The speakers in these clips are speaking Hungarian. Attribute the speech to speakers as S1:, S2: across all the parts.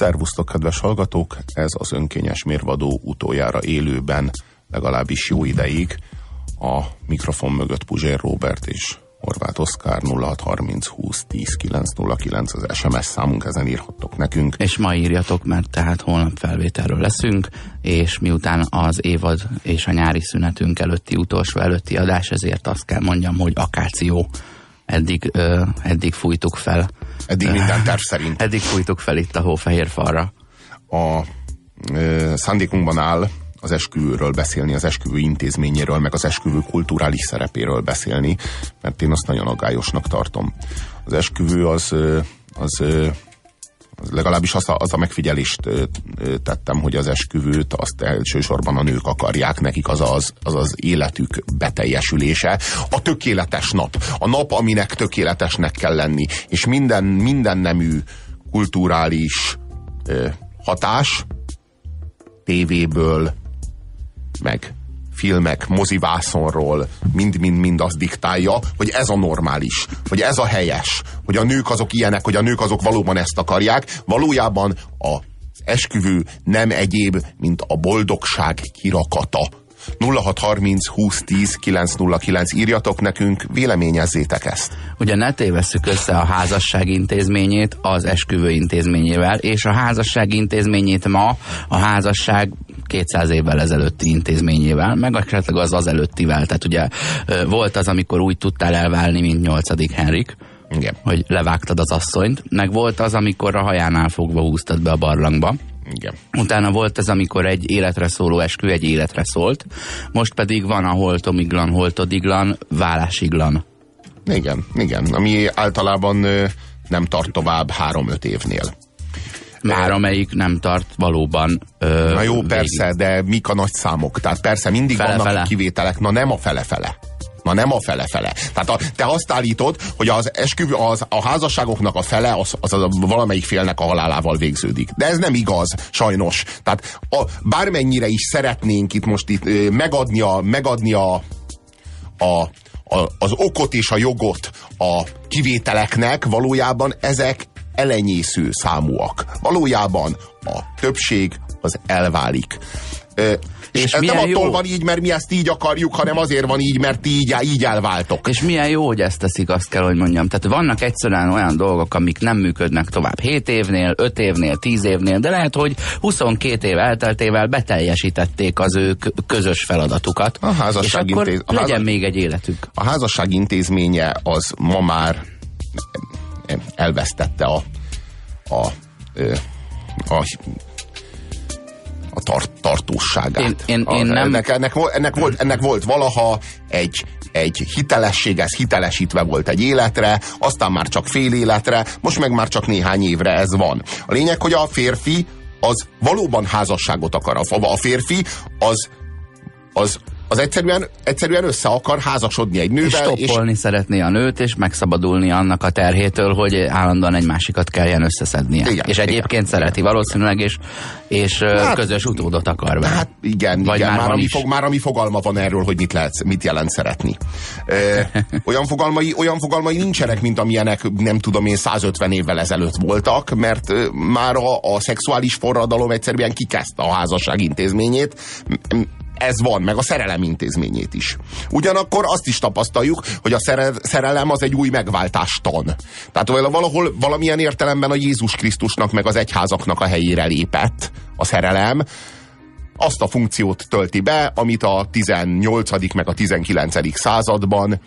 S1: Szervusztok, kedves hallgatók! Ez az Önkényes Mérvadó utoljára élőben, legalábbis jó ideig. A mikrofon mögött Puzsér Róbert és Horváth Oszkár. 0630 20 10 909 az SMS számunk, ezen írhattok nekünk.
S2: És ma írjatok, mert tehát holnap felvételről leszünk, és miután az évad és a nyári szünetünk utolsó előtti adás, ezért azt kell mondjam, hogy akáció. Eddig fújtuk fel.
S1: Eddig minden terv szerint.
S2: Eddig fújtuk fel itt a hófehérfalra.
S1: A szándékunkban áll az esküvőről beszélni, az esküvő intézményéről, meg az esküvő kulturális szerepéről beszélni, mert én azt nagyon aggályosnak tartom. Az esküvő az legalábbis az a megfigyelést tettem, hogy az esküvőt azt elsősorban a nők akarják, nekik az életük beteljesülése. A tökéletes nap. A nap, aminek tökéletesnek kell lenni. És minden nemű kulturális hatás tévéből, meg filmek, mozivászonról, mind azt diktálja, hogy ez a normális, hogy ez a helyes, hogy a nők azok ilyenek, hogy a nők azok valóban ezt akarják. Valójában az esküvő nem egyéb, mint a boldogság kirakata. 0630 20 10 909, írjatok nekünk, véleményezzétek ezt.
S2: Ugye ne tévesszük össze a házasság intézményét az esküvő intézményével, és a házasság intézményét ma a házasság 200 évvel ezelőtti intézményével, meg esetleg az előttivel. Tehát ugye volt az, amikor úgy tudtál elválni, mint 8. Henrik, igen, hogy levágtad az asszonyt, meg volt az, amikor a hajánál fogva húztad be a barlangba.
S1: Igen.
S2: Utána volt ez, amikor egy életre szóló esküvő egy életre szólt, most pedig van a holtomiglan, holtodiglan, válásiglan.
S1: Igen, ami általában nem tart tovább 3-5 évnél.
S2: Már amelyik nem tart valóban
S1: na jó, persze, de mik a nagy számok? Tehát persze mindig vannak kivételek, nem a fele-fele. Tehát te azt állítod, hogy az esküvő, a házasságoknak a fele az valamelyik félnek a halálával végződik. De ez nem igaz, sajnos. Tehát bármennyire is szeretnénk itt megadni az okot és a jogot a kivételeknek, valójában ezek elenyésző számúak. Valójában a többség az elválik. És ez nem attól van így, mert mi ezt így akarjuk, hanem azért van így, mert így elváltok.
S2: És milyen jó, hogy ezt teszik, azt kell, hogy mondjam. Tehát vannak egyszerűen olyan dolgok, amik nem működnek tovább 7 évnél, 5 évnél, 10 évnél, de lehet, hogy 22 év elteltével beteljesítették az ő közös feladatukat. És akkor legyen még egy életük.
S1: A házasság intézménye az ma már elvesztette a tartóságát. Ennek volt valaha egy hitelesség, ez hitelesítve volt egy életre, aztán már csak fél életre, most meg már csak néhány évre ez van. A lényeg, hogy a férfi az valóban házasságot akar. A férfi az egyszerűen össze akar házasodni egy nővel.
S2: És stoppolni szeretné a nőt, és megszabadulni annak a terhétől, hogy állandóan egy másikat kelljen összeszednie. Igen, és egyébként szereti valószínűleg, és közös utódot akar vele.
S1: Hát igen, már ami fogalma van erről, hogy mit jelent szeretni. Olyan fogalmai nincsenek, mint amilyenek, nem tudom én, 150 évvel ezelőtt voltak, mert már a szexuális forradalom egyszerűen kikezdte a házasság intézményét. Ez van, meg a szerelem intézményét is. Ugyanakkor azt is tapasztaljuk, hogy a szerelem az egy új megváltástan. Tehát valahol valamilyen értelemben a Jézus Krisztusnak meg az egyházaknak a helyére lépett a szerelem. Azt a funkciót tölti be, amit a 18. meg a 19. században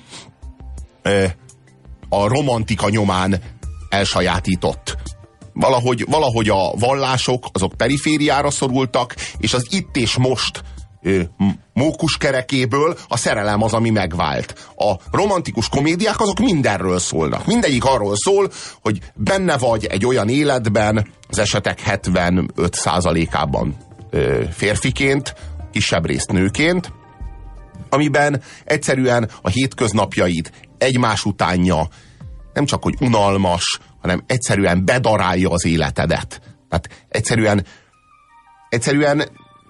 S1: a romantika nyomán elsajátított. Valahogy a vallások azok perifériára szorultak, és az itt és most mókuskerekéből a szerelem az, ami megvált. A romantikus komédiák azok mindenről szólnak. Mindegyik arról szól, hogy benne vagy egy olyan életben, az esetek 75%-ában férfiként, kisebb részt nőként, amiben egyszerűen a hétköznapjaid egymás utánja nem csak hogy unalmas, hanem egyszerűen bedarálja az életedet. Tehát egyszerűen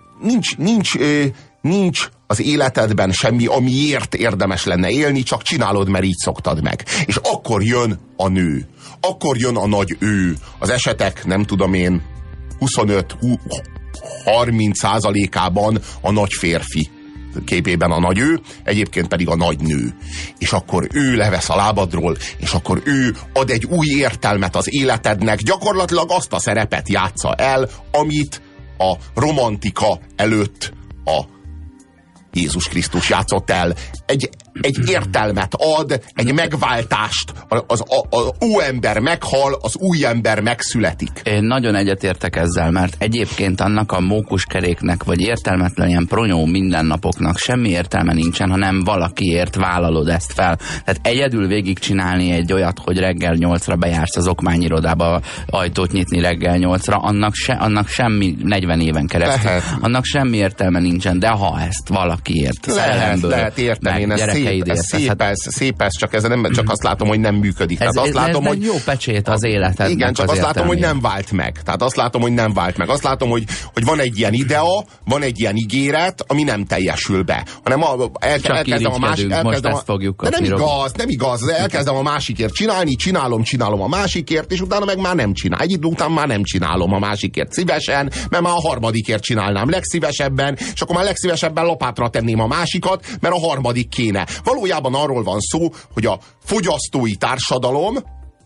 S1: nincs az életedben semmi, amiért érdemes lenne élni, csak csinálod, mert így szoktad meg. És akkor jön a nő. Akkor jön a nagy ő. Az esetek, nem tudom én, 25-30%-ában a nagy férfi képében a nagy ő, egyébként pedig a nagy nő. És akkor ő levesz a lábadról, és akkor ő ad egy új értelmet az életednek, gyakorlatilag azt a szerepet játsza el, amit a romantika előtt a Jézus Krisztus játszott el. Egy értelmet ad, egy megváltást. Az óember meghal, az új ember megszületik.
S2: Én nagyon egyetértek ezzel, mert egyébként annak a mókuskeréknek, vagy értelmetlen ilyen pronyó mindennapoknak semmi értelme nincsen, hanem valakiért vállalod ezt fel. Tehát egyedül végigcsinálni egy olyat, hogy reggel 8-ra bejársz az okmányirodába ajtót nyitni reggel 8-ra, annak semmi 40 éven keresztül. Lehet. Annak semmi értelme nincsen, de ha ezt valakiért
S1: lehet érteni, én szép ez, csak nem, csak azt látom, hogy nem működik.
S2: Ez egy jó pecsét az életednek.
S1: Igen, csak azt látom, hogy nem vált meg. Tehát azt látom, hogy nem vált meg. Azt látom, hogy van egy ilyen idea, van egy ilyen ígéret, ami nem teljesül be. Hanem elkezdem a másik...
S2: Most ezt fogjuk kapni.
S1: De nem igaz. Elkezdem a másikért csinálni, csinálom a másikért, és utána meg már nem csinál. Egy idő után már nem csinálom a másikért szívesen, mert már a harmadikért csinálnám legszívesebben, és akkor már legszívesebben lapátra tenném a másikat, mert a harmadik kéne. Valójában arról van szó, hogy a fogyasztói társadalom,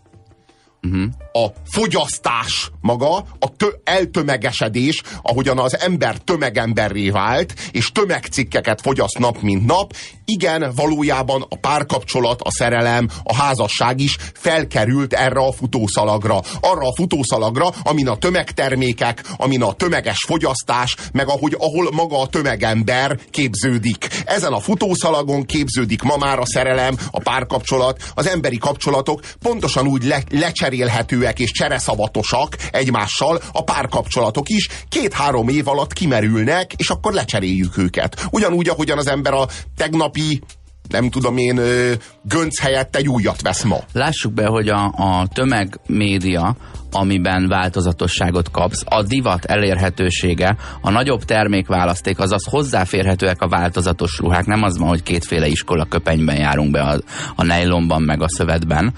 S1: a fogyasztás maga, eltömegesedés, ahogyan az ember tömegemberré vált, és tömegcikkeket fogyaszt nap mint nap, igen, valójában a párkapcsolat, a szerelem, a házasság is felkerült erre a futószalagra. Arra a futószalagra, amin a tömegtermékek, amin a tömeges fogyasztás, meg ahol maga a tömegember képződik. Ezen a futószalagon képződik ma már a szerelem, a párkapcsolat, az emberi kapcsolatok pontosan úgy lecserélhetőek és csereszavatosak egymással, a párkapcsolatok is 2-3 év alatt kimerülnek, és akkor lecseréljük őket. Ugyanúgy, ahogyan az ember a tegnapi nem tudom én, gönc helyett egy újat vesz ma.
S2: Lássuk be, hogy a tömegmédia, amiben változatosságot kapsz, a divat elérhetősége, a nagyobb termékválaszték, azaz hozzáférhetőek a változatos ruhák, nem az van, hogy kétféle iskola köpenyben járunk be a nejlonban meg a szövetben,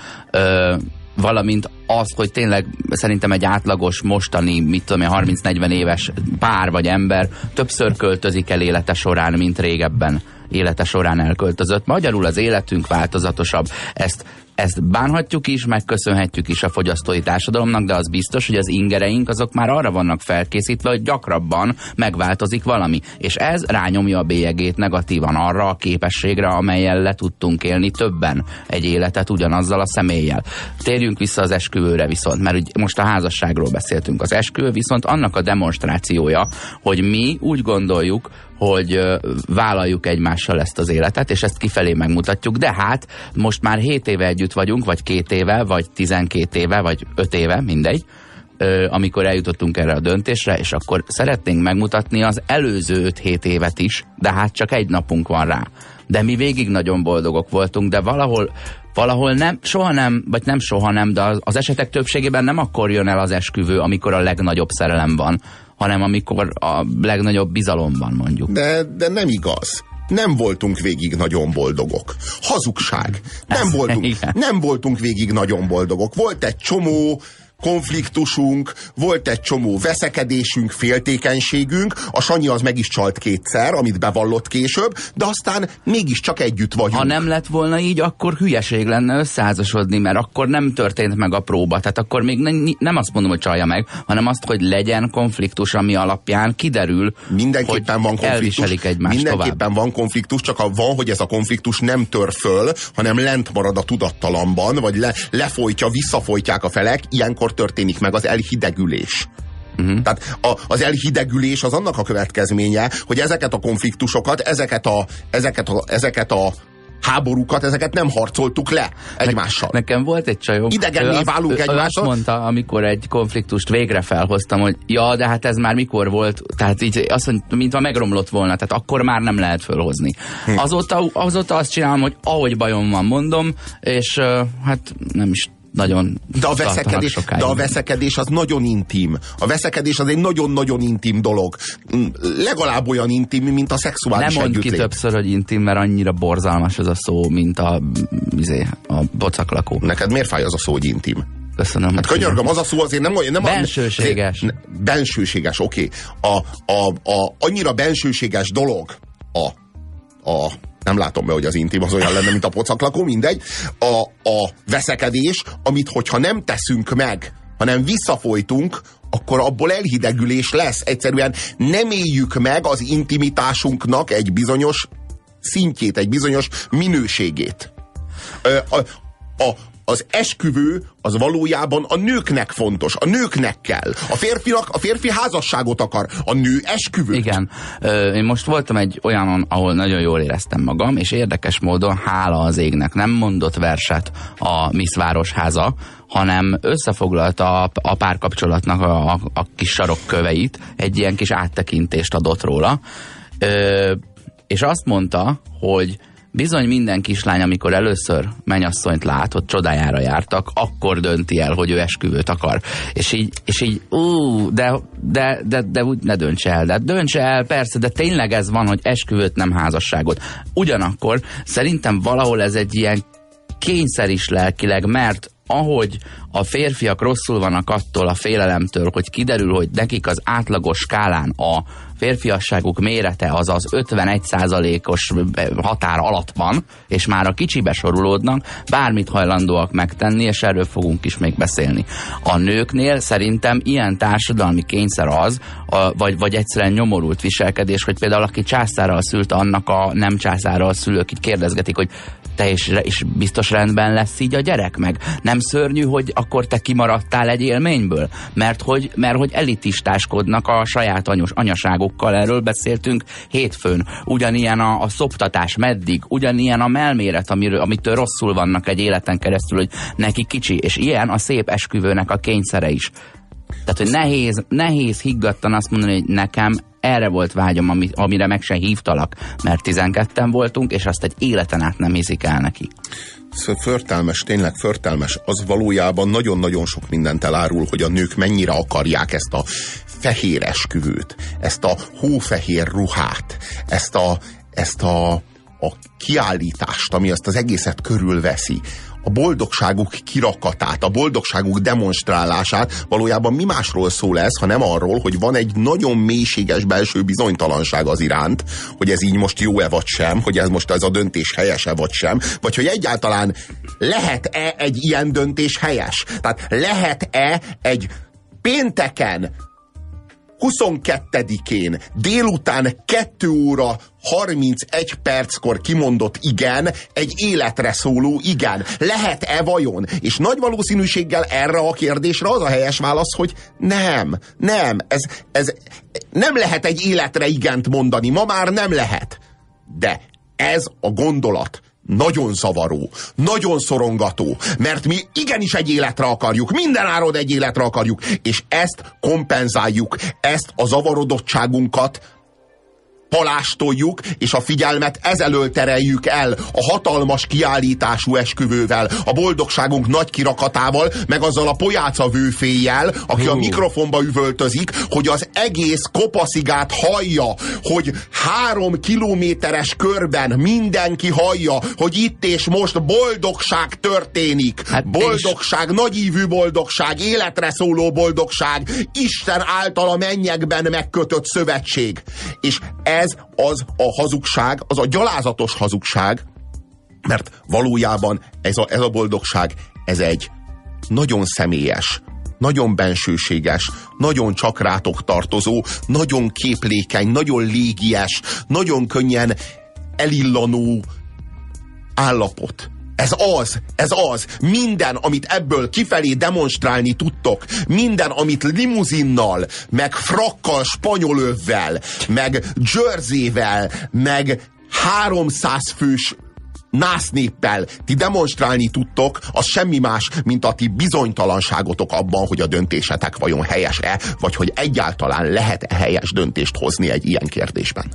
S2: valamint az, hogy tényleg szerintem egy átlagos mostani, 30-40 éves pár vagy ember többször költözik el élete során, mint régebben élete során elköltözött. Magyarul az életünk változatosabb. Ezt bánhatjuk is, megköszönhetjük is a fogyasztói társadalomnak, de az biztos, hogy az ingereink azok már arra vannak felkészítve, hogy gyakrabban megváltozik valami. És ez rányomja a bélyegét negatívan arra a képességre, amellyel le tudtunk élni többen egy életet ugyanazzal a személlyel. Térjünk vissza az esküvőre viszont, mert most a házasságról beszéltünk. Az esküvő viszont annak a demonstrációja, hogy mi úgy gondoljuk, hogy vállaljuk egymással ezt az életet, és ezt kifelé megmutatjuk, de hát most már 7 éve együtt vagyunk, vagy 2 éve, vagy 12 éve, vagy 5 éve, mindegy, amikor eljutottunk erre a döntésre, és akkor szeretnénk megmutatni az előző 5-7 évet is, de hát csak egy napunk van rá. De mi végig nagyon boldogok voltunk, de valahol nem, soha nem, vagy nem soha nem, de az esetek többségében nem akkor jön el az esküvő, amikor a legnagyobb szerelem van, hanem amikor a legnagyobb bizalom van, mondjuk.
S1: De nem igaz. Nem voltunk végig nagyon boldogok. Hazugság. Nem voltunk végig nagyon boldogok. Volt egy csomó konfliktusunk, volt egy csomó veszekedésünk, féltékenységünk, a Sanyi az meg is csalt 2-szer, amit bevallott később, de aztán mégiscsak együtt vagyunk.
S2: Ha nem lett volna így, akkor hülyeség lenne összeházasodni, mert akkor nem történt meg a próba. Tehát akkor még nem azt mondom, hogy csalja meg, hanem azt, hogy legyen konfliktus, ami alapján kiderül,
S1: mindenképpen
S2: hogy elviselik egymást
S1: mindenképpen
S2: tovább.
S1: Van konfliktus, csak van, hogy ez a konfliktus nem tör föl, hanem lent marad a tudattalamban, vagy lefolytja, visszafolytják a felek, ilyenkor történik meg az elhidegülés. Tehát az elhidegülés az annak a következménye, hogy ezeket a konfliktusokat, ezeket a háborúkat, ezeket nem harcoltuk le egymással.
S2: Nekem volt egy csajom.
S1: Idegenné válunk egymással.
S2: Azt mondta, amikor egy konfliktust végre felhoztam, hogy ja, de hát ez már mikor volt, tehát így azt mondta, mintha megromlott volna, tehát akkor már nem lehet fölhozni. Azóta azt csinálom, hogy ahogy bajom van, mondom, és hát nem is nagyon
S1: de a veszekedés az nagyon intim. A veszekedés az egy nagyon-nagyon intim dolog. Legalább olyan intim, mint a szexuális együttlét.
S2: Nem mondd ki többször, hogy intim, mert annyira borzalmas ez a szó, mint a bocaklakó.
S1: Neked miért fáj az a szó, hogy intim?
S2: Köszönöm.
S1: Hát könyörgöm, az a szó azért nem
S2: bensőséges.
S1: Bensőséges, oké. Annyira bensőséges dolog nem látom be, hogy az intim az olyan lenne, mint a pocaklakó, mindegy. A veszekedés, amit hogyha nem teszünk meg, hanem visszafolytunk, akkor abból elhidegülés lesz. Egyszerűen nem éljük meg az intimitásunknak egy bizonyos szintjét, egy bizonyos minőségét. Az esküvő az valójában a nőknek fontos, a nőknek kell. A férfi házasságot akar, a nő esküvőt.
S2: Igen. Én most voltam egy olyanon, ahol nagyon jól éreztem magam, és érdekes módon, hála az égnek, nem mondott verset a Miss Városháza, hanem összefoglalta a párkapcsolatnak a kis sarokköveit, egy ilyen kis áttekintést adott róla, és azt mondta, hogy bizony minden kislány, amikor először mennyasszonyt lát, hogy csodájára jártak, akkor dönti el, hogy ő esküvőt akar. És így de úgy ne dönts el. De dönts el, persze, de tényleg ez van, hogy esküvőt, nem házasságot. Ugyanakkor szerintem valahol ez egy ilyen kényszer is lelkileg, mert ahogy a férfiak rosszul vannak attól a félelemtől, hogy kiderül, hogy nekik az átlagos skálán a férfiasságuk mérete az az 51%-os határ alatt van, és már a kicsibe sorulódnak, bármit hajlandóak megtenni, és erről fogunk is még beszélni. A nőknél szerintem ilyen társadalmi kényszer az, vagy egyszerűen nyomorult viselkedés, hogy például aki császárral szült, annak a nem császárral szülők így kérdezgetik, hogy te is biztos rendben lesz így a gyerek meg? Nem szörnyű, hogy akkor te kimaradtál egy élményből? Mert hogy elitistáskodnak a saját anyaságokkal, erről beszéltünk hétfőn. Ugyanilyen a szoptatás meddig, ugyanilyen a melméret, amitől rosszul vannak egy életen keresztül, hogy neki kicsi, és ilyen a szép esküvőnek a kényszere is. Tehát, hogy nehéz higgadtan azt mondani, hogy nekem erre volt vágyom, amire meg se hívtalak, mert 12-en voltunk, és azt egy életen át nem hiszik el neki.
S1: Förtelmes, tényleg förtelmes. Az valójában nagyon-nagyon sok mindent elárul, hogy a nők mennyire akarják ezt a fehér esküvőt, ezt a hófehér ruhát, ezt a kiállítást, ami azt az egészet körülveszi. A boldogságuk kirakatát, a boldogságuk demonstrálását. Valójában mi másról szól ez, ha nem arról, hogy van egy nagyon mélységes belső bizonytalanság az iránt, hogy ez így most jó-e vagy sem, hogy ez a döntés helyes-e vagy sem, vagy hogy egyáltalán lehet-e egy ilyen döntés helyes? Tehát lehet-e egy pénteken 22-én délután 2 óra 31 perckor kimondott igen, egy életre szóló igen. Lehet-e vajon? És nagy valószínűséggel erre a kérdésre az a helyes válasz, hogy nem. Ez nem lehet egy életre igent mondani. Ma már nem lehet. De ez a gondolat nagyon zavaró, nagyon szorongató, mert mi igenis egy életre akarjuk, mindenáron egy életre akarjuk, és ezt kompenzáljuk, ezt a zavarodottságunkat palástoljuk, és a figyelmet ezelől tereljük el a hatalmas kiállítású esküvővel, a boldogságunk nagy kirakatával, meg azzal a pojáca vőféjjel, aki a mikrofonba üvöltözik, hogy az egész Kopaszigát hallja, hogy 3 kilométeres körben mindenki hallja, hogy itt és most boldogság történik. Hát boldogság, nagyívű boldogság, életre szóló boldogság, Isten által a mennyekben megkötött szövetség. És ez az a hazugság, az a gyalázatos hazugság, mert valójában ez a boldogság, ez egy nagyon személyes, nagyon bensőséges, nagyon csak rátok tartozó, nagyon képlékeny, nagyon légies, nagyon könnyen elillanó állapot. Ez az. Minden, amit ebből kifelé demonstrálni tudtok, minden, amit limuzinnal, meg frakkal, spanyolövvel, meg jerseyvel, meg 300 fős násznéppel ti demonstrálni tudtok, az semmi más, mint a ti bizonytalanságotok abban, hogy a döntésetek vajon helyes-e, vagy hogy egyáltalán lehet-e helyes döntést hozni egy ilyen kérdésben.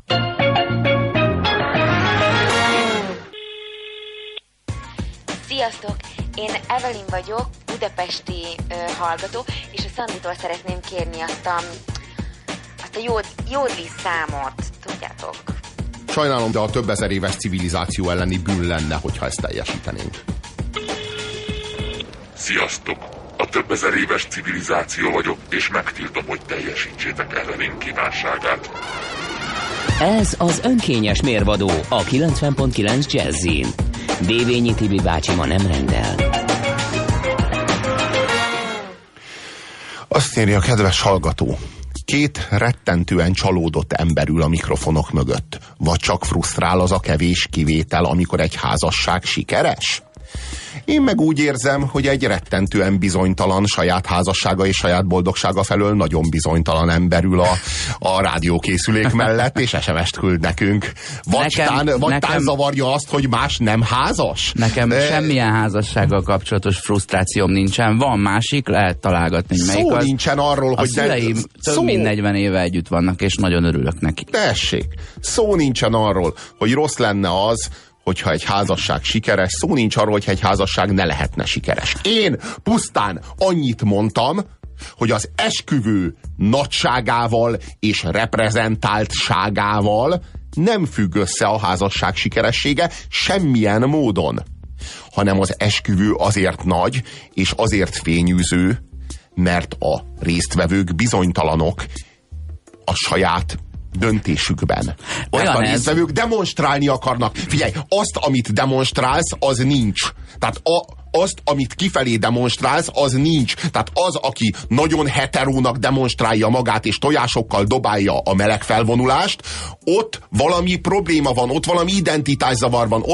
S3: Sziasztok! Én Evelyn vagyok, budapesti hallgató, és a Szanditól szeretném kérni azt a jódli számot, tudjátok?
S1: Sajnálom, de a több ezer éves civilizáció elleni bűn lenne, hogyha ezt teljesítenénk.
S4: Sziasztok! több ezer éves civilizáció vagyok, és megtiltom, hogy teljesítsétek ellenünk kívánságát.
S5: Ez az önkényes mérvadó a 90.9 Jazzin. Dévényi Tibi bácsi ma nem rendel.
S1: Azt írja a kedves hallgató: két rettentően csalódott ember ül a mikrofonok mögött. Vagy csak frusztrál az a kevés kivétel, amikor egy házasság sikeres? Én meg úgy érzem, hogy egy rettentően bizonytalan saját házassága és saját boldogsága felől nagyon bizonytalan ember ül a rádiókészülék mellett, és SMS-t küld nekünk. Vagy tán zavarja azt, hogy más nem házas?
S2: Nekem semmilyen házassággal kapcsolatos frusztrációm nincsen. Van másik, lehet találgatni.
S1: Szó az, nincsen arról, hogy...
S2: szüleim több mint 40 éve együtt vannak, és nagyon örülök neki.
S1: Tessék, szó nincsen arról, hogy rossz lenne az, hogyha egy házasság sikeres, szó nincs arról, hogyha egy házasság ne lehetne sikeres. Én pusztán annyit mondtam, hogy az esküvő nagyságával és reprezentáltságával nem függ össze a házasság sikeressége semmilyen módon, hanem az esküvő azért nagy és azért fényűző, mert a résztvevők bizonytalanok a saját döntésükben. Mert a résztvevők demonstrálni akarnak. Figyelj, azt, amit demonstrálsz, az nincs. Tehát azt, amit kifelé demonstrálsz, az nincs. Tehát az, aki nagyon heterónak demonstrálja magát, és tojásokkal dobálja a meleg felvonulást, ott valami probléma van, ott valami identitászavar van,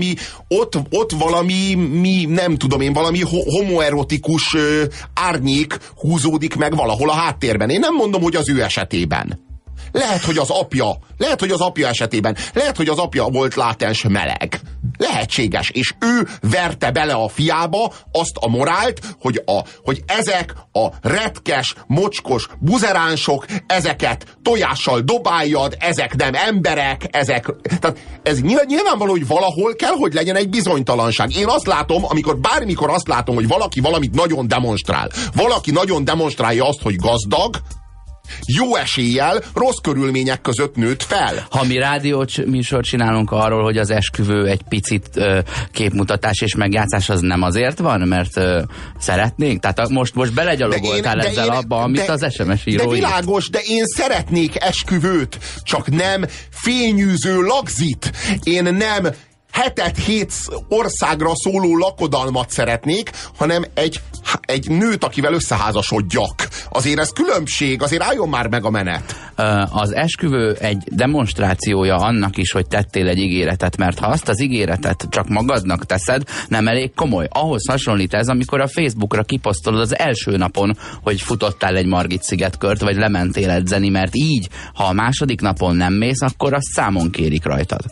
S1: ott valami nem tudom én, valami homoerotikus árnyék húzódik meg valahol a háttérben. Én nem mondom, hogy az ő esetében. Lehet, hogy az apja esetében, lehet, hogy az apja volt látens meleg. Lehetséges, és ő verte bele a fiába azt a morált, hogy ezek a retkes, mocskos buzeránsok, ezeket tojással dobáljad, ezek nem emberek, tehát ez nyilvánvaló, hogy valahol kell, hogy legyen egy bizonytalanság. Én azt látom, bármikor azt látom, hogy valaki valamit nagyon demonstrál, valaki nagyon demonstrálja azt, hogy gazdag, jó eséllyel rossz körülmények között nőtt fel.
S2: Ha mi rádióműsort csinálunk arról, hogy az esküvő egy picit képmutatás és megjátszás, az nem azért van, mert szeretnénk? Tehát most belegyalogoltál ezzel abba, amit az SMS író.
S1: De világos, de én szeretnék esküvőt, csak nem fényűző lagzit. Én nem 7 országra szóló lakodalmat szeretnék, hanem egy nőt, akivel összeházasodjak. Azért ez különbség, azért álljon már meg a menet.
S2: Az esküvő egy demonstrációja annak is, hogy tettél egy ígéretet, mert ha azt az ígéretet csak magadnak teszed, nem elég komoly. Ahhoz hasonlít ez, amikor a Facebookra kiposztolod az első napon, hogy futottál egy Margit-szigetkört, vagy lementél edzeni, mert így, ha a második napon nem mész, akkor azt számon kérik rajtad.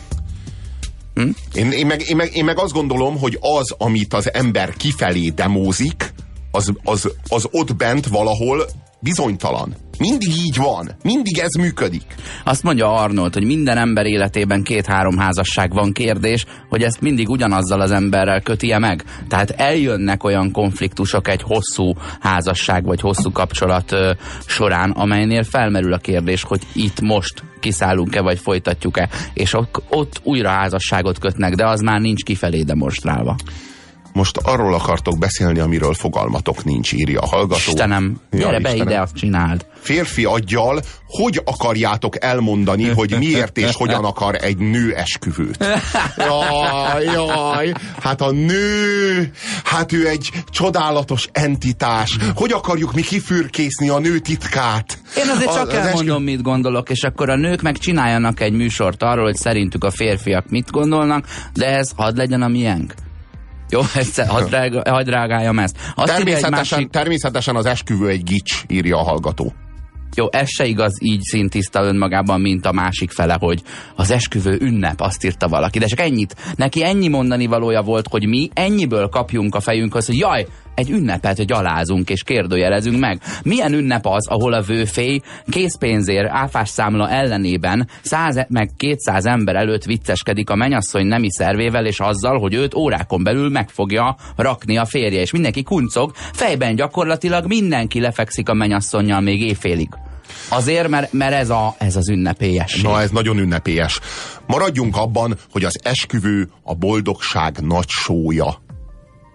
S1: Én meg azt gondolom, hogy az, amit az ember kifelé demózik, az ott bent valahol bizonytalan. Mindig így van. Mindig ez működik.
S2: Azt mondja Arnold, hogy minden ember életében 2-3 házasság van. Kérdés, hogy ezt mindig ugyanazzal az emberrel köti-e meg? Tehát eljönnek olyan konfliktusok egy hosszú házasság vagy hosszú kapcsolat során, amelynél felmerül a kérdés, hogy itt most kiszállunk-e vagy folytatjuk-e, és ott újra házasságot kötnek, de az már nincs kifelé demonstrálva.
S1: Most arról akartok beszélni, amiről fogalmatok nincs, írja a hallgató.
S2: Istenem, gyere be ide, azt csináld.
S1: Férfi aggyal, hogy akarjátok elmondani, hogy miért és hogyan akar egy nő esküvőt? Jaj, hát a nő, hát ő egy csodálatos entitás. Hogy akarjuk mi kifürkészni a nő titkát?
S2: Én azért csak elmondom, mit gondolok, és akkor a nők meg csináljanak egy műsort arról, hogy szerintük a férfiak mit gondolnak, de ez hadd legyen a miénk. Jó, hadd reagáljam ezt.
S1: Természetesen az esküvő egy gics, írja a hallgató.
S2: Jó, ez se igaz így szintiszta önmagában, mint a másik fele, hogy az esküvő ünnep, azt írta valaki. De csak ennyit. Neki ennyi mondani valója volt, hogy mi ennyiből kapjunk a fejünkhöz, hogy jaj, egy ünnepet gyalázunk és kérdőjelezünk meg. Milyen ünnep az, ahol a vőfély készpénzért áfás számla ellenében 100 meg 200 ember előtt vicceskedik a mennyasszony nemi szervével, és azzal, hogy őt órákon belül meg fogja rakni a férje, és mindenki kuncog, fejben gyakorlatilag mindenki lefekszik a mennyasszonnyal még éjfélig. Azért, mert ez az ünnepélyesség.
S1: Na, ez nagyon ünnepélyes. Maradjunk abban, hogy az esküvő a boldogság nagy sója.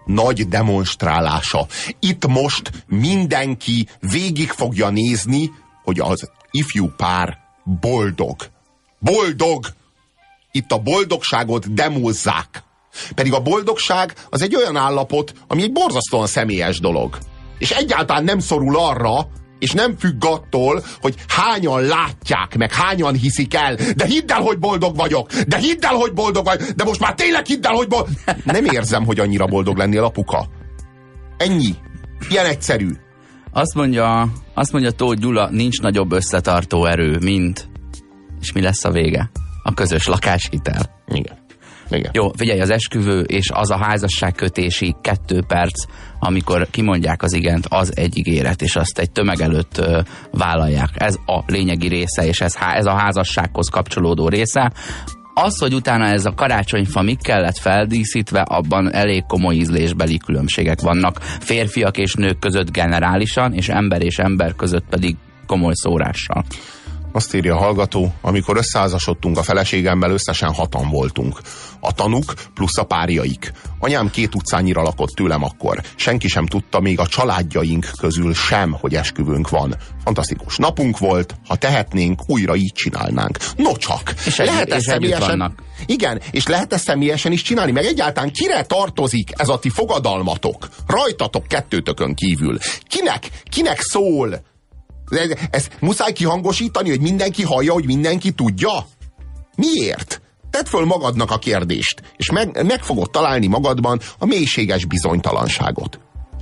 S1: nagy demonstrálása. Itt most mindenki végig fogja nézni, hogy az ifjú pár boldog. Boldog! Itt a boldogságot demózzák. Pedig a boldogság az egy olyan állapot, ami egy borzasztóan személyes dolog. És egyáltalán nem szorul arra, és nem függ attól, hogy hányan látják, meg hányan hiszik el. De hidd el, hogy boldog vagyok! De hidd el, hogy boldog vagyok! De most már tényleg hidd el, hogy boldog... Nem érzem, hogy annyira boldog lennél, apuka. Ennyi. Ilyen egyszerű.
S2: Azt mondja Tóth Gyula, nincs nagyobb összetartó erő, mint... És mi lesz a vége? A közös lakáshitel.
S1: Igen. Igen.
S2: Jó, figyelj, az esküvő és az a házasságkötési 2 perc, amikor kimondják az igent, az egy ígéret, és azt egy tömeg előtt vállalják. Ez a lényegi része, és ez a házassághoz kapcsolódó része. Az, hogy utána ez a karácsonyfa mik kellett feldíszítve, abban elég komoly ízlésbeli különbségek vannak. Férfiak és nők között generálisan, és ember között pedig komoly szórással.
S1: Azt írja a hallgató, amikor összeházasodtunk a feleségemmel, összesen 6-an voltunk. A tanuk plusz a párjaik. Anyám 2 utcányira lakott tőlem akkor. Senki sem tudta, még a családjaink közül sem, hogy esküvőnk van. Fantasztikus napunk volt, ha tehetnénk, újra így csinálnánk. No csak!
S2: És
S1: lehet ezt személyesen... Igen, és lehet ezt személyesen is csinálni, meg egyáltalán kire tartozik ez a ti fogadalmatok? Rajtatok 2-tökön kívül. Kinek szól? Ezt muszáj kihangosítani, hogy mindenki hallja, hogy mindenki tudja? Miért? Tedd föl magadnak a kérdést, és meg fogod találni magadban a mélységes bizonytalanságot.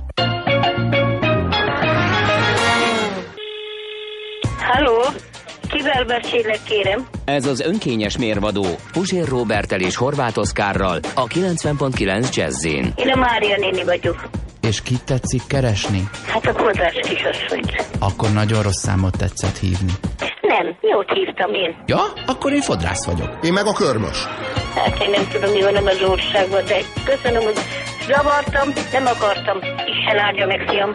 S6: Halló? Kivel beszélek, kérem?
S5: Ez az önkényes mérvadó Puzsér Róberttel és Horváth Oszkárral a 90.9 Jazzin.
S6: Én a Mária néni vagyok.
S2: És kit tetszik keresni?
S6: Hát a kodrás kisasszonyt.
S2: Akkor nagyon rossz számot tetszett hívni.
S6: Nem, jót hívtam én.
S2: Ja? Akkor én fodrász vagyok.
S1: Én meg a körmös.
S6: Hát én nem tudom, mi van az országban, de köszönöm, hogy zavartam, nem akartam. Isten áldja meg, fiam.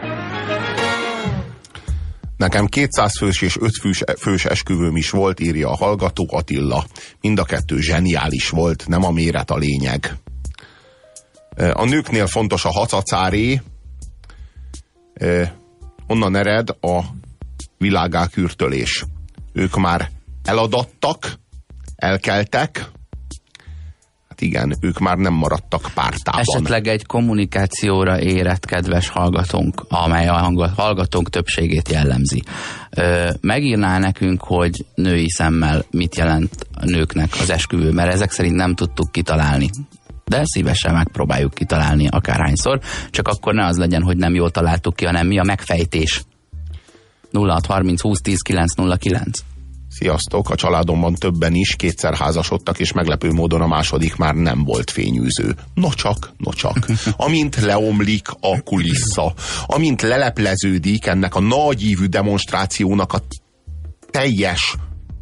S1: Nekem 200 fős és 5 fős esküvőm is volt, írja a hallgató, Attila. Mind a 2 zseniális volt, nem a méret a lényeg. A nőknél fontos a hacacáré, onnan ered a világgá kürtölés. Ők már eladattak, elkeltek, hát igen, ők már nem maradtak pártában.
S2: Esetleg egy kommunikációra érett kedves hallgatónk, amely a hallgatónk többségét jellemzi. Megírná nekünk, hogy női szemmel mit jelent a nőknek az esküvő, mert ezek szerint nem tudtuk kitalálni. De szívesen megpróbáljuk kitalálni akárhányszor, csak akkor ne az legyen, hogy nem jól találtuk ki, hanem mi a megfejtés. 0630 20 10 909.
S1: Sziasztok, a családomban többen is 2-szer házasodtak, és meglepő módon a második már nem volt fényűző. Nocsak. Amint leomlik a kulissza, amint lelepleződik ennek a nagyívű demonstrációnak a teljes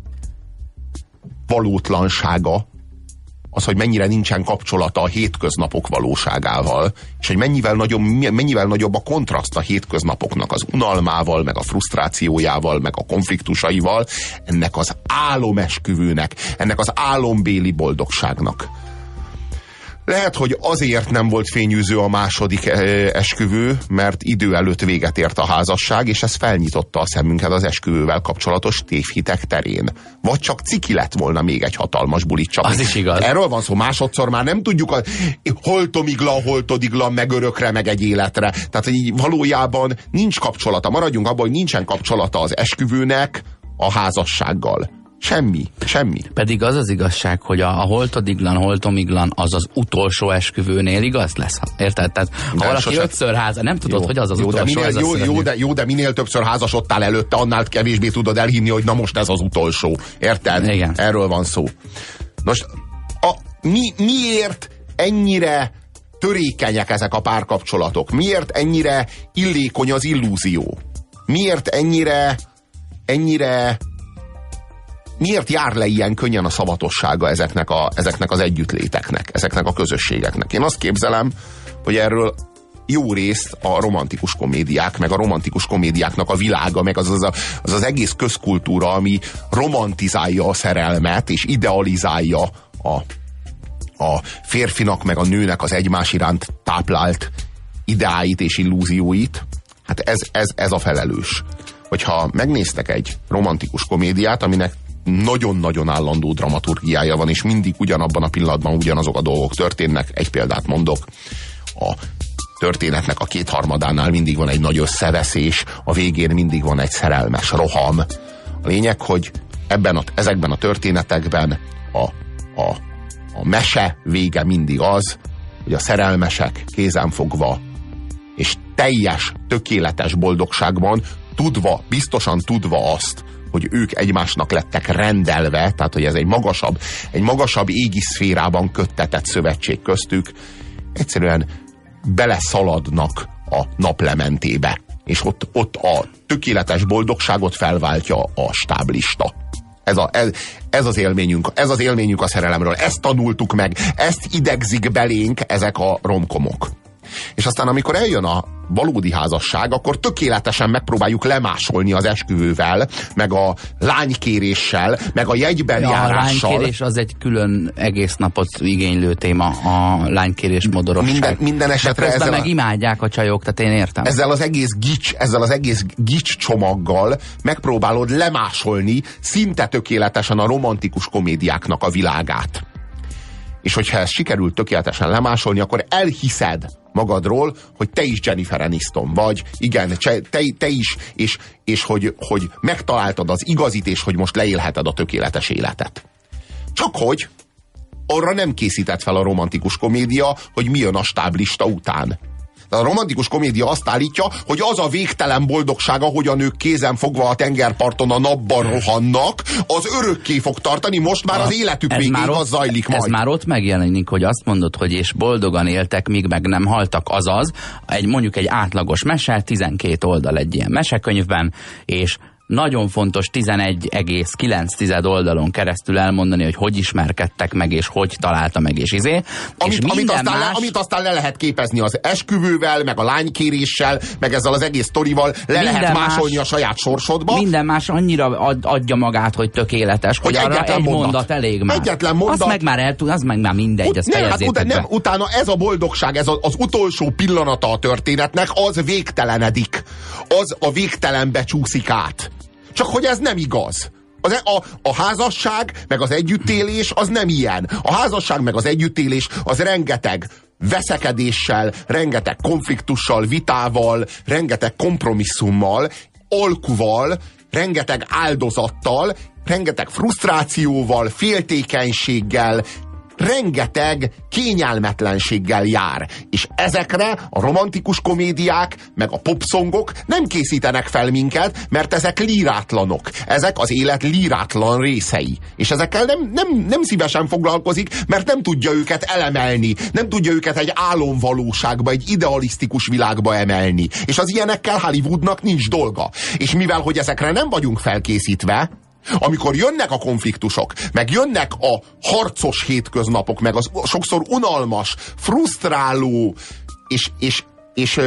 S1: valótlansága, az, hogy mennyire nincsen kapcsolata a hétköznapok valóságával, és hogy mennyivel nagyobb a kontraszt a hétköznapoknak az unalmával, meg a frusztrációjával, meg a konfliktusaival, ennek az álomesküvőnek, ennek az álombéli boldogságnak. Lehet, hogy azért nem volt fényűző a második esküvő, mert idő előtt véget ért a házasság, és ez felnyitotta a szemünket az esküvővel kapcsolatos tévhitek terén. Vagy csak ciki lett volna még egy hatalmas bulit. Csak
S2: az is igaz.
S1: Erről van szó, másodszor már nem tudjuk, holtodiglan, meg örökre, meg egy életre. Tehát így valójában nincs kapcsolata. Maradjunk abban, hogy nincsen kapcsolata az esküvőnek a házassággal. Semmi.
S2: Pedig az az igazság, hogy a holtomiglan az az utolsó esküvőnél igaz lesz. Érted? Tehát ha valaki 5-ször házas, nem tudod, hogy az utolsó.
S1: De minél többször házasodtál előtte, annál kevésbé tudod elhinni, hogy na most ez az utolsó. Érted?
S2: Igen.
S1: Erről van szó. Most miért ennyire törékenyek ezek a párkapcsolatok? Miért ennyire illékony az illúzió? Miért miért jár le ilyen könnyen a szavatossága ezeknek az együttléteknek, ezeknek a közösségeknek? Én azt képzelem, hogy erről jó részt a romantikus komédiák, meg a romantikus komédiáknak a világa, meg az egész közkultúra, ami romantizálja a szerelmet, és idealizálja a férfinak meg a nőnek az egymás iránt táplált ideáit és illúzióit, hát ez a felelős. Hogyha megnéztek egy romantikus komédiát, aminek nagyon-nagyon állandó dramaturgiája van, és mindig ugyanabban a pillanatban ugyanazok a dolgok történnek, egy példát mondok, a történetnek a kétharmadánál mindig van egy nagy összeveszés, a végén mindig van egy szerelmes roham. A lényeg, hogy ezekben a történetekben a mese vége mindig az, hogy a szerelmesek kézenfogva és teljes, tökéletes boldogságban biztosan tudva azt, hogy ők egymásnak lettek rendelve, tehát hogy ez egy magasabb égi szférában köttetett szövetség köztük, egyszerűen beleszaladnak a naplementébe. És ott a tökéletes boldogságot felváltja a stáblista. Ez az élményünk a szerelemről. Ezt tanultuk meg, ezt idegzik belénk ezek a romkomok. És aztán amikor eljön a valódi házasság, akkor tökéletesen megpróbáljuk lemásolni az esküvővel, meg a lánykéréssel, meg a jegybenjárással.
S2: A lánykérés az egy külön egész napot igénylő téma, a lánykérés modorosság.
S1: Minden esetre
S2: de közben meg imádják a csajok, tehát én értem.
S1: Ezzel az egész gics csomaggal megpróbálod lemásolni szinte tökéletesen a romantikus komédiáknak a világát. És hogyha ezt sikerült tökéletesen lemásolni, akkor elhiszed magadról, hogy te is Jennifer Aniston vagy, igen, te is, és hogy megtaláltad az igazit, és hogy most leélheted a tökéletes életet. Csak hogy arra nem készített fel a romantikus komédia, hogy mi jön a stáblista után. De a romantikus komédia azt állítja, hogy az a végtelen boldogság, ahogy a nők kézen fogva a tengerparton a napban rohannak, az örökké fog tartani, most már az életük végéig az zajlik majd.
S2: Ez már ott megjelenik, hogy azt mondod, hogy és boldogan éltek, míg meg nem haltak, azaz, mondjuk egy átlagos mese, 12 oldal egy ilyen mesekönyvben, és nagyon fontos 11,9 oldalon keresztül elmondani, hogy ismerkedtek meg, és hogy találta meg, és
S1: amit aztán le lehet képezni az esküvővel, meg a lánykéréssel, meg ezzel az egész sztorival, lehet másolni a saját sorsodba.
S2: Minden más annyira adja magát, hogy tökéletes, hogy arra egy mondat elég már.
S1: Egyetlen mondat.
S2: Az meg már mindegy, ezt fejezzétek be.
S1: Utána ez a boldogság, ez az utolsó pillanata a történetnek, az végtelenedik. Az a végtelenbe csúszik át. Csak hogy ez nem igaz. A házasság, meg az együttélés az nem ilyen. A házasság, meg az együttélés az rengeteg veszekedéssel, rengeteg konfliktussal, vitával, rengeteg kompromisszummal, alkuval, rengeteg áldozattal, rengeteg frusztrációval, féltékenységgel, rengeteg kényelmetlenséggel jár. És ezekre a romantikus komédiák, meg a popszongok nem készítenek fel minket, mert ezek lírátlanok. Ezek az élet lírátlan részei. És ezekkel nem szívesen foglalkozik, mert nem tudja őket elemelni, nem tudja őket egy álomvalóságba, egy idealisztikus világba emelni. És az ilyenekkel Hollywoodnak nincs dolga. És mivel, hogy ezekre nem vagyunk felkészítve, amikor jönnek a konfliktusok, meg jönnek a harcos hétköznapok, meg az sokszor unalmas, frusztráló és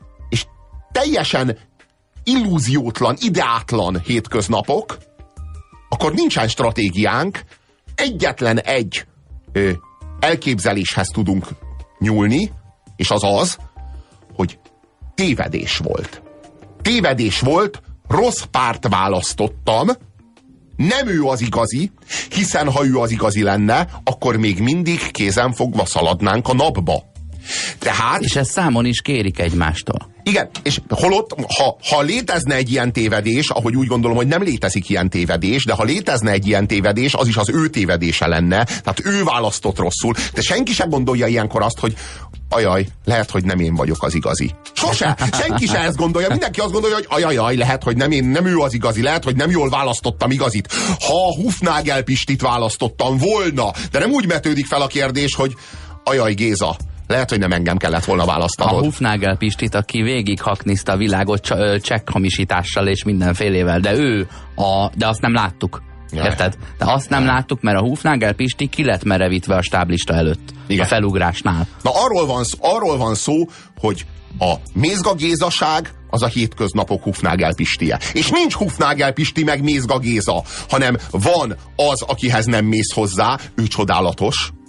S1: teljesen illúziótlan, ideátlan hétköznapok, akkor nincsen stratégiánk, egyetlen egy elképzeléshez tudunk nyúlni, és az az, hogy tévedés volt. Tévedés volt, rossz párt választottam, nem ő az igazi, hiszen ha ő az igazi lenne, akkor még mindig kézenfogva szaladnánk a napba. Tehát,
S2: és ezt számon is kérik egymástól.
S1: Igen, és holott, ha létezne egy ilyen tévedés, ahogy úgy gondolom, hogy nem létezik ilyen tévedés, de ha létezne egy ilyen tévedés, az is az ő tévedése lenne, tehát ő választott rosszul, de senki sem gondolja ilyenkor azt, hogy ajaj, lehet, hogy nem én vagyok az igazi. Sose, senki sem ezt gondolja, mindenki azt gondolja, hogy ajajaj, lehet, hogy nem ő az igazi, lehet, hogy nem jól választottam igazit. Ha a Hufnagel Pistit választottam volna, de nem úgy vetődik fel a kérdés, hogy ajaj, Géza, lehet, hogy nem engem kellett volna választanod.
S2: A Hufnagel Pistit, aki végighakniszta a világot csekkhamisítással és mindenfélével, de azt nem láttuk. Érted? De azt nem láttuk, mert a Hufnagel Pisti ki lett merevítve a stáblista előtt. Igen. A felugrásnál.
S1: Na arról van szó, hogy a Mézga Gézaság az a hétköznapok Hufnagel Pistie. És nincs Hufnagel Pisti meg Mézga Géza, hanem van az, akihez nem mész hozzá, ő csodálatos,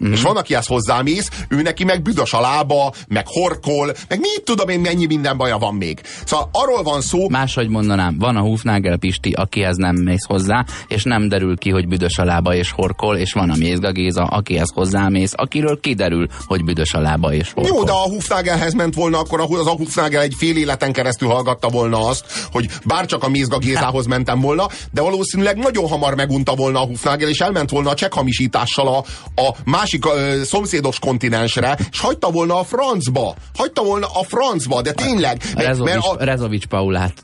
S1: És van, akihez hozzámész, ő neki meg büdös a lába, meg horkol, meg mit tudom én, mennyi minden baja van még. Szóval arról van szó...
S2: Máshogy mondanám, van a Hufnagel Pisti, akihez nem mész hozzá, és nem derül ki, hogy büdös a lába és horkol, és van a Mézga Géza, akihez hozzámész, akiről kiderül, hogy büdös a lába és horkol.
S1: Jó, de a Hufnagelhez ment volna, akkor az a Hufnagel egy fél életen keresztül hallgatta volna azt, hogy bárcsak a Mézga Gézához mentem volna, de valószínűleg nagyon hamar megunta volna a Hufnagel, és elment volna a csekkhamisítással a másik szomszédos kontinensre, és hagyta volna a francba, de tényleg.
S2: Rezovics Paulát.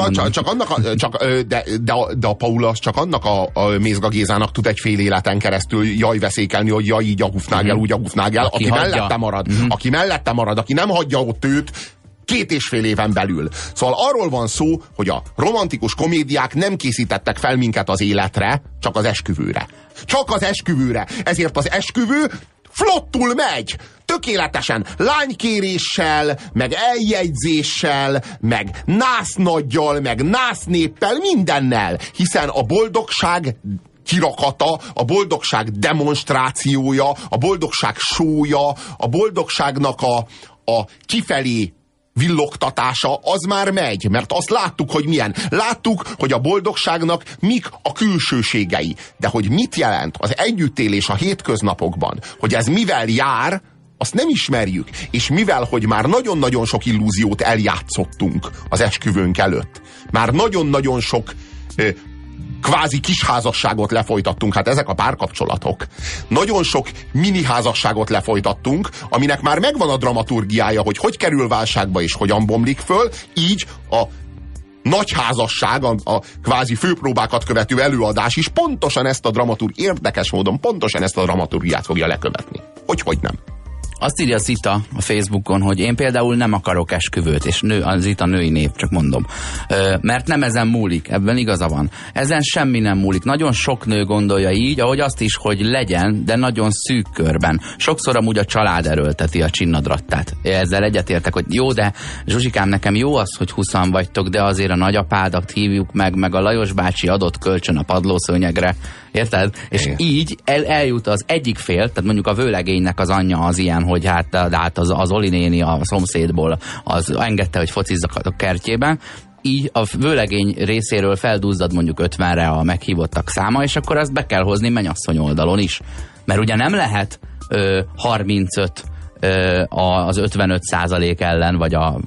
S1: De a Paula az csak annak a Mézga Gézának tud egy fél életen keresztül jajveszékelni, hogy ja, így a Hufnagel, úgy a Hufnagel, aki mellette marad, aki nem hagyja ott őt 2,5 éven belül. Szóval arról van szó, hogy a romantikus komédiák nem készítettek fel minket az életre, csak az esküvőre. Csak az esküvőre. Ezért az esküvő flottul megy, tökéletesen, lánykéréssel, meg eljegyzéssel, meg násznaggyal, meg násznéppel, mindennel, hiszen a boldogság kirakata, a boldogság demonstrációja, a boldogság sója, a boldogságnak a kifelé villogtatása, az már megy, mert azt láttuk, hogy milyen. Láttuk, hogy a boldogságnak mik a külsőségei. De hogy mit jelent az együttélés a hétköznapokban, hogy ez mivel jár, azt nem ismerjük. És mivel, hogy már nagyon-nagyon sok illúziót eljátszottunk az esküvőnk előtt, már nagyon-nagyon sok kvázi kisházasságot lefolytattunk, hát ezek a párkapcsolatok. Nagyon sok mini házasságot lefolytattunk, aminek már megvan a dramaturgiája, hogy kerül válságba és hogyan bomlik föl, így a nagy házasság, a kvázi főpróbákat követő előadás is pontosan ezt a érdekes módon pontosan ezt a dramaturgiát fogja lekövetni. Hogy nem.
S2: Azt írja Zita a Facebookon, hogy én például nem akarok esküvőt, és az Zita női név, csak mondom. Mert nem ezen múlik, ebben igaza van. Ezen semmi nem múlik. Nagyon sok nő gondolja így, ahogy azt is, hogy legyen, de nagyon szűk körben. Sokszor amúgy a család erőlteti a csinnadrattát. Ezzel egyetértek, hogy jó, de Zsuzsikám, nekem jó az, hogy 20-an vagytok, de azért a nagyapádat hívjuk meg a Lajos bácsi adott kölcsön a padlószőnyegre. Érted? És így eljut az egyik fél, tehát mondjuk a vőlegénynek az anyja az ilyen, hogy hát az Oli néni a szomszédból az engedte, hogy focizzak a kertjében, így a vőlegény részéről feldúzzad mondjuk 50-re a meghívottak száma, és akkor azt be kell hozni mennyasszony oldalon is. Mert ugye nem lehet 35 az 55% ellen, vagy a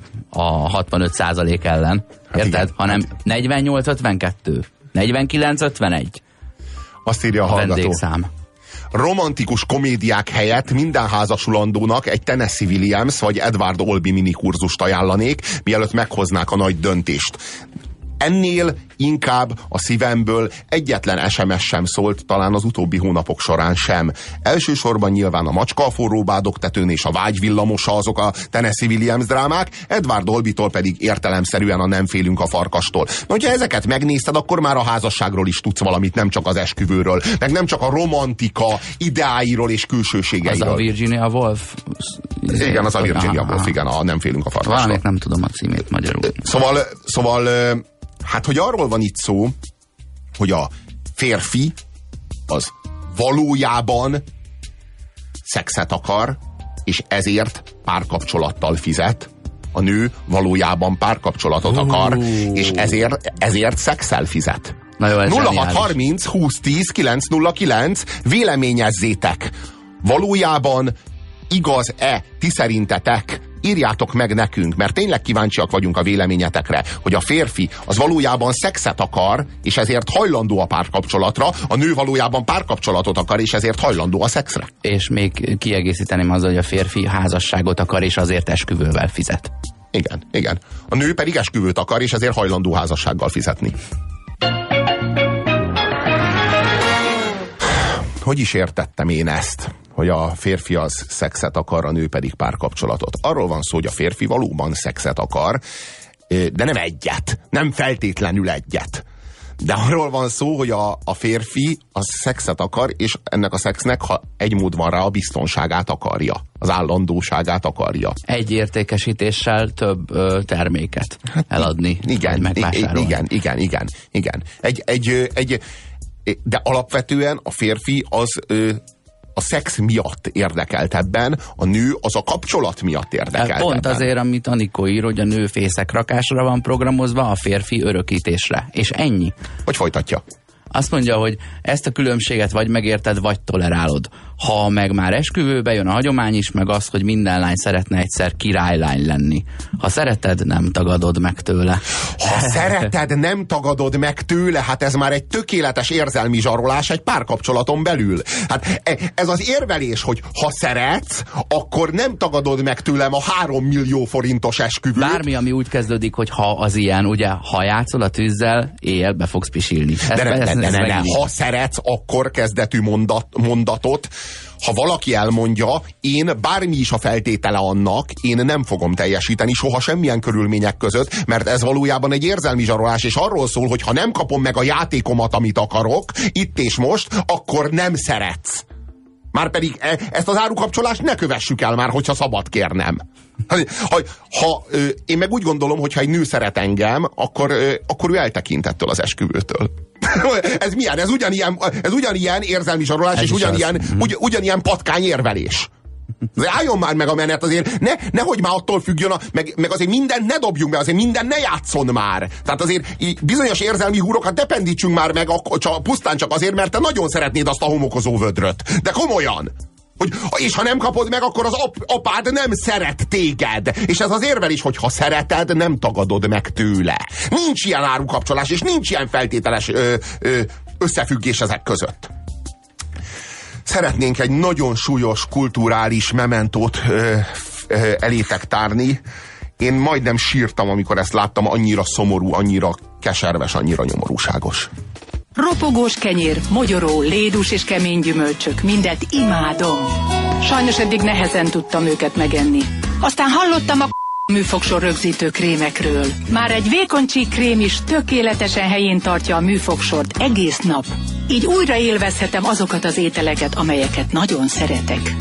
S2: 65% ellen, érted? Hát hanem 48-52, 49-51.
S1: Azt írja a hallgató.
S2: Vendégszám.
S1: Romantikus komédiák helyett minden házasulandónak egy Tennessee Williams vagy Edward Albee minikurzust ajánlanék, mielőtt meghoznák a nagy döntést. Ennél inkább a szívemből egyetlen SMS sem szólt, talán az utóbbi hónapok során sem. Elsősorban nyilván a Macska a forró bádogtetőn és a Vágy villamosa azok a Tennessee Williams drámák, Edward Albee-tól pedig értelemszerűen a Nem félünk a farkastól. Na, hogyha ezeket megnézted, akkor már a házasságról is tudsz valamit, nem csak az esküvőről, meg nem csak a romantika ideáiról és külsőségeiről.
S2: Az a Virginia Woolf?
S1: Igen, az a Virginia Woolf, igen, a Nem félünk a farkastól.
S2: Valamit nem tudom a címét magyarul.
S1: Szóval hát, hogy arról van itt szó, hogy a férfi az valójában szexet akar, és ezért párkapcsolattal fizet. A nő valójában párkapcsolatot akar, és ezért szexel fizet. 0630 2010 909 véleményezzétek. Valójában igaz-e ti szerintetek? Írjátok meg nekünk, mert tényleg kíváncsiak vagyunk a véleményetekre, hogy a férfi az valójában szexet akar, és ezért hajlandó a párkapcsolatra, a nő valójában párkapcsolatot akar, és ezért hajlandó a szexre.
S2: És még kiegészíteném azzal, hogy a férfi házasságot akar, és azért esküvővel fizet.
S1: Igen. A nő pedig esküvőt akar, és ezért hajlandó házassággal fizetni. Hogy is értettem én ezt? Hogy a férfi az szexet akar, a nő pedig párkapcsolatot. Arról van szó, hogy a férfi valóban szexet akar, de nem egyet. Nem feltétlenül egyet. De arról van szó, hogy a férfi az szexet akar, és ennek a szexnek, ha egy mód van rá, a biztonságát akarja. Az állandóságát akarja. Egy
S2: értékesítéssel több terméket eladni.
S1: Igen. De alapvetően a férfi a szex miatt érdekelt ebben, a nő az a kapcsolat miatt érdekelt
S2: Pont
S1: ebben.
S2: azért, amit Anikó ír, hogy a nő fészekrakásra van programozva, a férfi örökítésre. És ennyi.
S1: Hogy folytatja?
S2: Azt mondja, hogy ezt a különbséget vagy megérted, vagy tolerálod. Ha meg már esküvőbe jön a hagyomány is, meg az, hogy minden lány szeretne egyszer királylány lenni. Ha szereted, nem tagadod meg tőle.
S1: Ha szereted, nem tagadod meg tőle, hát ez már egy tökéletes érzelmi zsarolás egy párkapcsolaton belül. Hát ez az érvelés, hogy ha szeretsz, akkor nem tagadod meg tőlem a 3 millió forintos esküvőt.
S2: Bármi, ami úgy kezdődik, hogy ha az ilyen, ugye, ha játszol a tűzzel, éjjel be fogsz pisilni.
S1: De ha szeretsz, akkor kezdetű mondatot, ha valaki elmondja, én bármi is a feltétele annak, én nem fogom teljesíteni soha semmilyen körülmények között, mert ez valójában egy érzelmi zsarolás, és arról szól, hogy ha nem kapom meg a játékomat, amit akarok, itt és most, akkor nem szeretsz. Márpedig ezt az árukapcsolást ne kövessük el már, hogyha szabad kérnem. Én meg úgy gondolom, hogy ha egy nő szeret engem, akkor ő eltekint ettől az esküvőtől. Ez milyen? Ez ugyanilyen érzelmi zsarolás, és ugyanilyen patkány érvelés. Álljon már meg a menet, azért nehogy már attól függjön, meg azért mindent ne dobjunk be, azért mindent ne játszon már. Tehát azért bizonyos érzelmi húrokat ne pendítsünk már meg pusztán csak azért, mert te nagyon szeretnéd azt a homokozó vödröt. De komolyan! És ha nem kapod meg, akkor az apád nem szeret téged. És ez az érvelés, hogy ha szereted, nem tagadod meg tőle. Nincs ilyen árukapcsolás, és nincs ilyen feltételes összefüggés ezek között. Szeretnénk egy nagyon súlyos kulturális mementót elétek tárni. Én majdnem sírtam, amikor ezt láttam, annyira szomorú, annyira keserves, annyira nyomorúságos.
S7: Ropogós kenyér, mogyoró, lédus és kemény gyümölcsök, mindet imádom. Sajnos eddig nehezen tudtam őket megenni. Aztán hallottam a műfogsor rögzítő krémekről. Már egy vékony csík krém is tökéletesen helyén tartja a műfogsort egész nap. Így újra élvezhetem azokat az ételeket, amelyeket nagyon szeretek.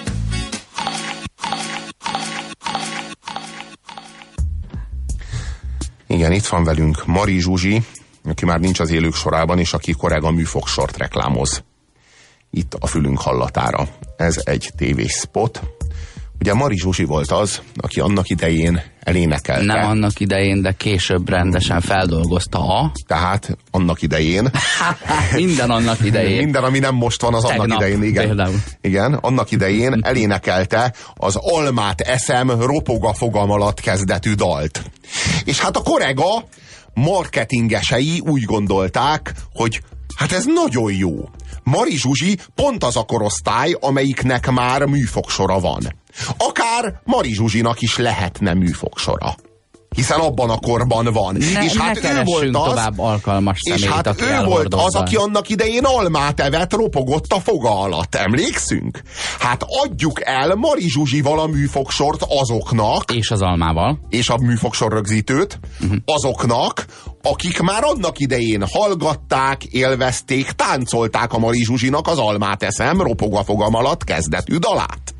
S1: Igen, itt van velünk Mari Zsuzsi, aki már nincs az élők sorában, és aki Korega műfogsort reklámoz. Itt a fülünk hallatára. Ez egy tévészpot. Ugye Mari Zsuzsi volt az, aki annak idején elénekelte.
S2: Nem annak idején, de később rendesen feldolgozta
S1: Tehát annak idején.
S2: Minden annak idején.
S1: Minden, ami nem most van, az
S2: Tegnap,
S1: annak idején. Igen.
S2: Például.
S1: Igen, annak idején elénekelte az Almát eszem, ropog a fogam alatt kezdetű dalt. És hát a Korega marketingesei úgy gondolták, hogy hát ez nagyon jó. Mari Zsuzsi pont az a korosztály, amelyiknek már műfogsora van. Akár Mari Zsuzsinak is lehetne műfogsora. Hiszen abban a korban van. És hát ő volt az,
S2: tovább alkalmas személyt,
S1: és hát
S2: aki
S1: ő volt az, aki annak idején almát evett, ropogott a foga alatt. Emlékszünk? Hát adjuk el Mari Zsuzsival a műfogsort azoknak.
S2: És az almával.
S1: És a műfogsor rögzítőt azoknak, akik már annak idején hallgatták, élvezték, táncolták a Mari Zsuzsinak az Almát eszem, ropog a fogam alatt kezdetű dalát.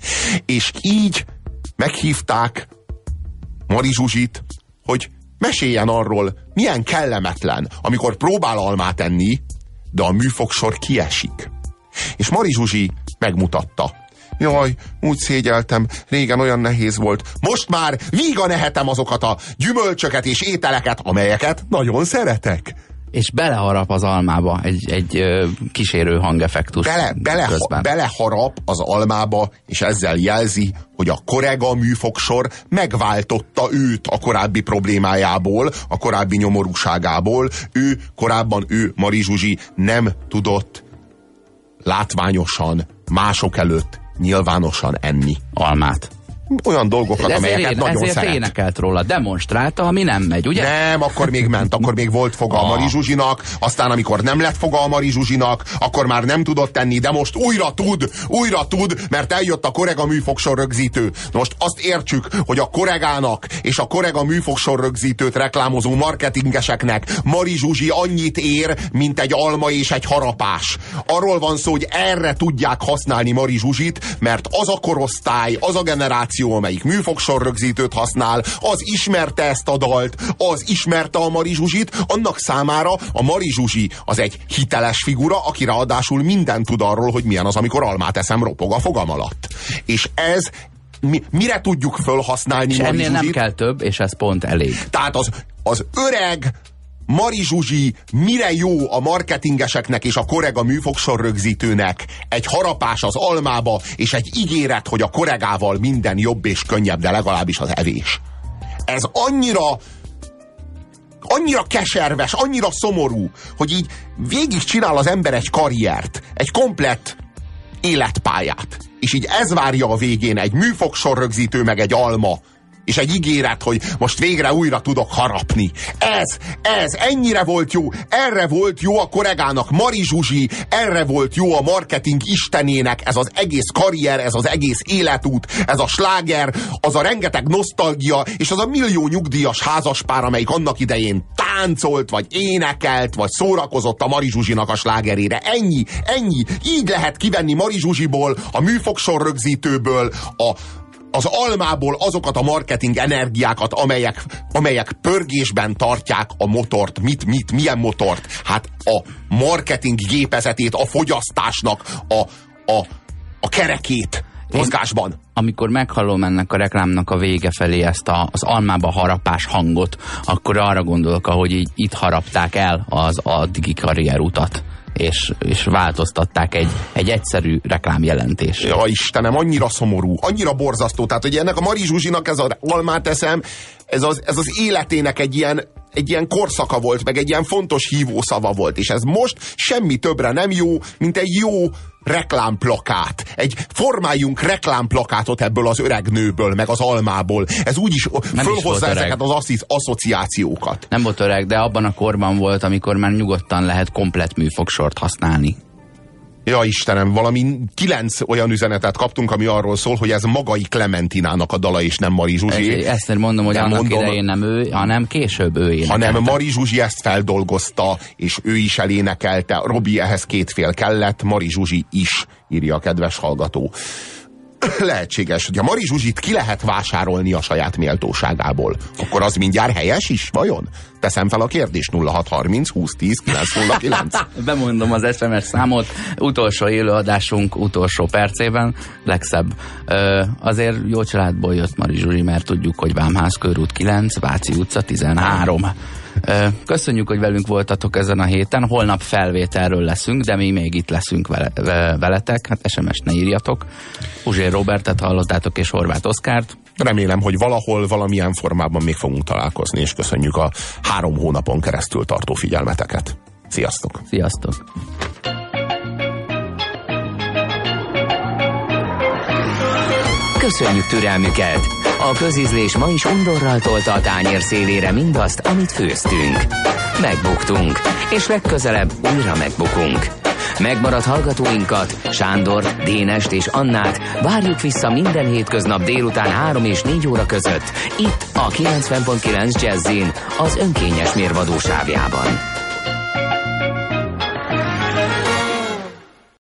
S1: És így meghívták Mari Zsuzsit, hogy meséljen arról, milyen kellemetlen, amikor próbál almát enni, de a műfogsor kiesik. És Mari Zsuzsi megmutatta. Jaj, úgy szégyeltem, régen olyan nehéz volt. Most már vígan ehetem azokat a gyümölcsöket és ételeket, amelyeket nagyon szeretek.
S2: És beleharap az almába egy kísérő hangeffektus.
S1: Beleharap az almába, és ezzel jelzi, hogy a Korega műfogsor megváltotta őt a korábbi problémájából, a korábbi nyomorúságából. Korábban Mari Zsuzsi nem tudott látványosan, mások előtt nyilvánosan enni
S2: almát.
S1: Olyan dolgokat, amelyeket nagyon szeret.
S2: Ezért énekelt róla, demonstrálta, ami nem megy, ugye?
S1: Nem, akkor még ment, akkor még volt foga a Mari Zsuzsinak, aztán amikor nem lett foga a Mari Zsuzsinak, akkor már nem tudott tenni, de most újra tud, mert eljött a Korega műfogsor rögzítő. Most azt értsük, hogy a Koregának és a Korega műfogsor rögzítőt reklámozó marketingeseknek Mari Zsuzsi annyit ér, mint egy alma és egy harapás. Arról van szó, hogy erre tudják használni Mari Zsuzsit, mert az a korosztály, az a generáció, generáció, amelyik műfogsor rögzítőt használ, az ismerte ezt a dalt, az ismerte a Mari Zsuzsit, annak számára a Mari Zsuzsi az egy hiteles figura, aki ráadásul mindent tud arról, hogy milyen az, amikor almát eszem, ropog a fogam alatt. És ez mire tudjuk fölhasználni Mari Zsuzsit?
S2: Nem kell több, és ez pont elég.
S1: Tehát az öreg Mari Zsuzsi mire jó a marketingeseknek és a korega műfogsor rögzítőnek? Egy harapás az almába, és egy ígéret, hogy a koregával minden jobb és könnyebb, de legalábbis az evés. Ez annyira keserves, annyira szomorú, hogy így végig csinál az ember egy karriert, egy komplett életpályát. És így ez várja a végén egy műfogsor rögzítő, meg egy alma, és egy ígéret, hogy most végre újra tudok harapni. Ez ennyire volt jó, erre volt jó a koregának Mari Zsuzsi, erre volt jó a marketing istenének, ez az egész karrier, ez az egész életút, ez a sláger, az a rengeteg nosztalgia, és az a millió nyugdíjas házaspár, amelyik annak idején táncolt, vagy énekelt, vagy szórakozott a Mari Zsuzsinak a slágerére. Ennyi. Így lehet kivenni Mari Zsuzsiból, a műfogsor rögzítőből, az almából azokat a marketing energiákat, amelyek pörgésben tartják a motort. Milyen motort? Hát a marketing gépezetét, a fogyasztásnak a kerekét mozgásban.
S2: Amikor meghallom ennek a reklámnak a vége felé ezt az almába harapás hangot, akkor arra gondolok, ahogy így itt harapták el az addigi karrierutat. És változtatták egy egyszerű reklámjelentést.
S1: Ja, Istenem, annyira szomorú, annyira borzasztó. Tehát, hogy ennek a Mari Zsuzsinak ez az almát eszem, ez az életének egy ilyen korszaka volt, meg egy ilyen fontos hívószava volt, és ez most semmi többre nem jó, mint egy jó reklámplakát. Formáljunk reklámplakátot ebből az öreg nőből, meg az almából. Ez úgyis fölhozza ezeket az asszociációkat.
S2: Nem volt öreg, de abban a korban volt, amikor már nyugodtan lehet komplett műfogsort használni.
S1: Ja, Istenem, valami 9 olyan üzenetet kaptunk, ami arról szól, hogy ez Magai Klementinának a dala, és nem Mari Zsuzsi.
S2: Ezt mondom, hogy annak idején nem ő, hanem később ő énekelte.
S1: Hanem Mari Zsuzsi ezt feldolgozta, és ő is elénekelte. Robi, ehhez 2 fél kellett, Mari Zsuzsi is, írja a kedves hallgató. Lehetséges, hogy a Mari Zsuzsit ki lehet vásárolni a saját méltóságából. Akkor az mindjárt helyes is, vajon? Teszem fel a kérdést, 0630 2010 909.
S2: Bemondom az SMS számot, utolsó élőadásunk utolsó percében, legszebb. Azért jó családból jött Mari Zsuzsi, mert tudjuk, hogy Vámház körút 9, Váci utca 13. Köszönjük, hogy velünk voltatok ezen a héten. Holnap felvételről leszünk, de mi még itt leszünk veletek. Hát SMS-t ne írjatok. Puzsér Robertet hallottátok, és Horváth Oszkárt.
S1: Remélem, hogy valahol, valamilyen formában még fogunk találkozni, és köszönjük a 3 hónapon keresztül tartó figyelmeteket. Sziasztok!
S2: Sziasztok!
S5: Köszönjük türelmüket! A közízlés ma is undorral tolta a tányér szélére mindazt, amit főztünk. Megbuktunk, és legközelebb újra megbukunk. Megmaradt hallgatóinkat, Sándort, Dénest és Annát várjuk vissza minden hétköznap délután 3 és 4 óra között, itt a 90.9 Jazzin, az önkényes mérvadó sávjában.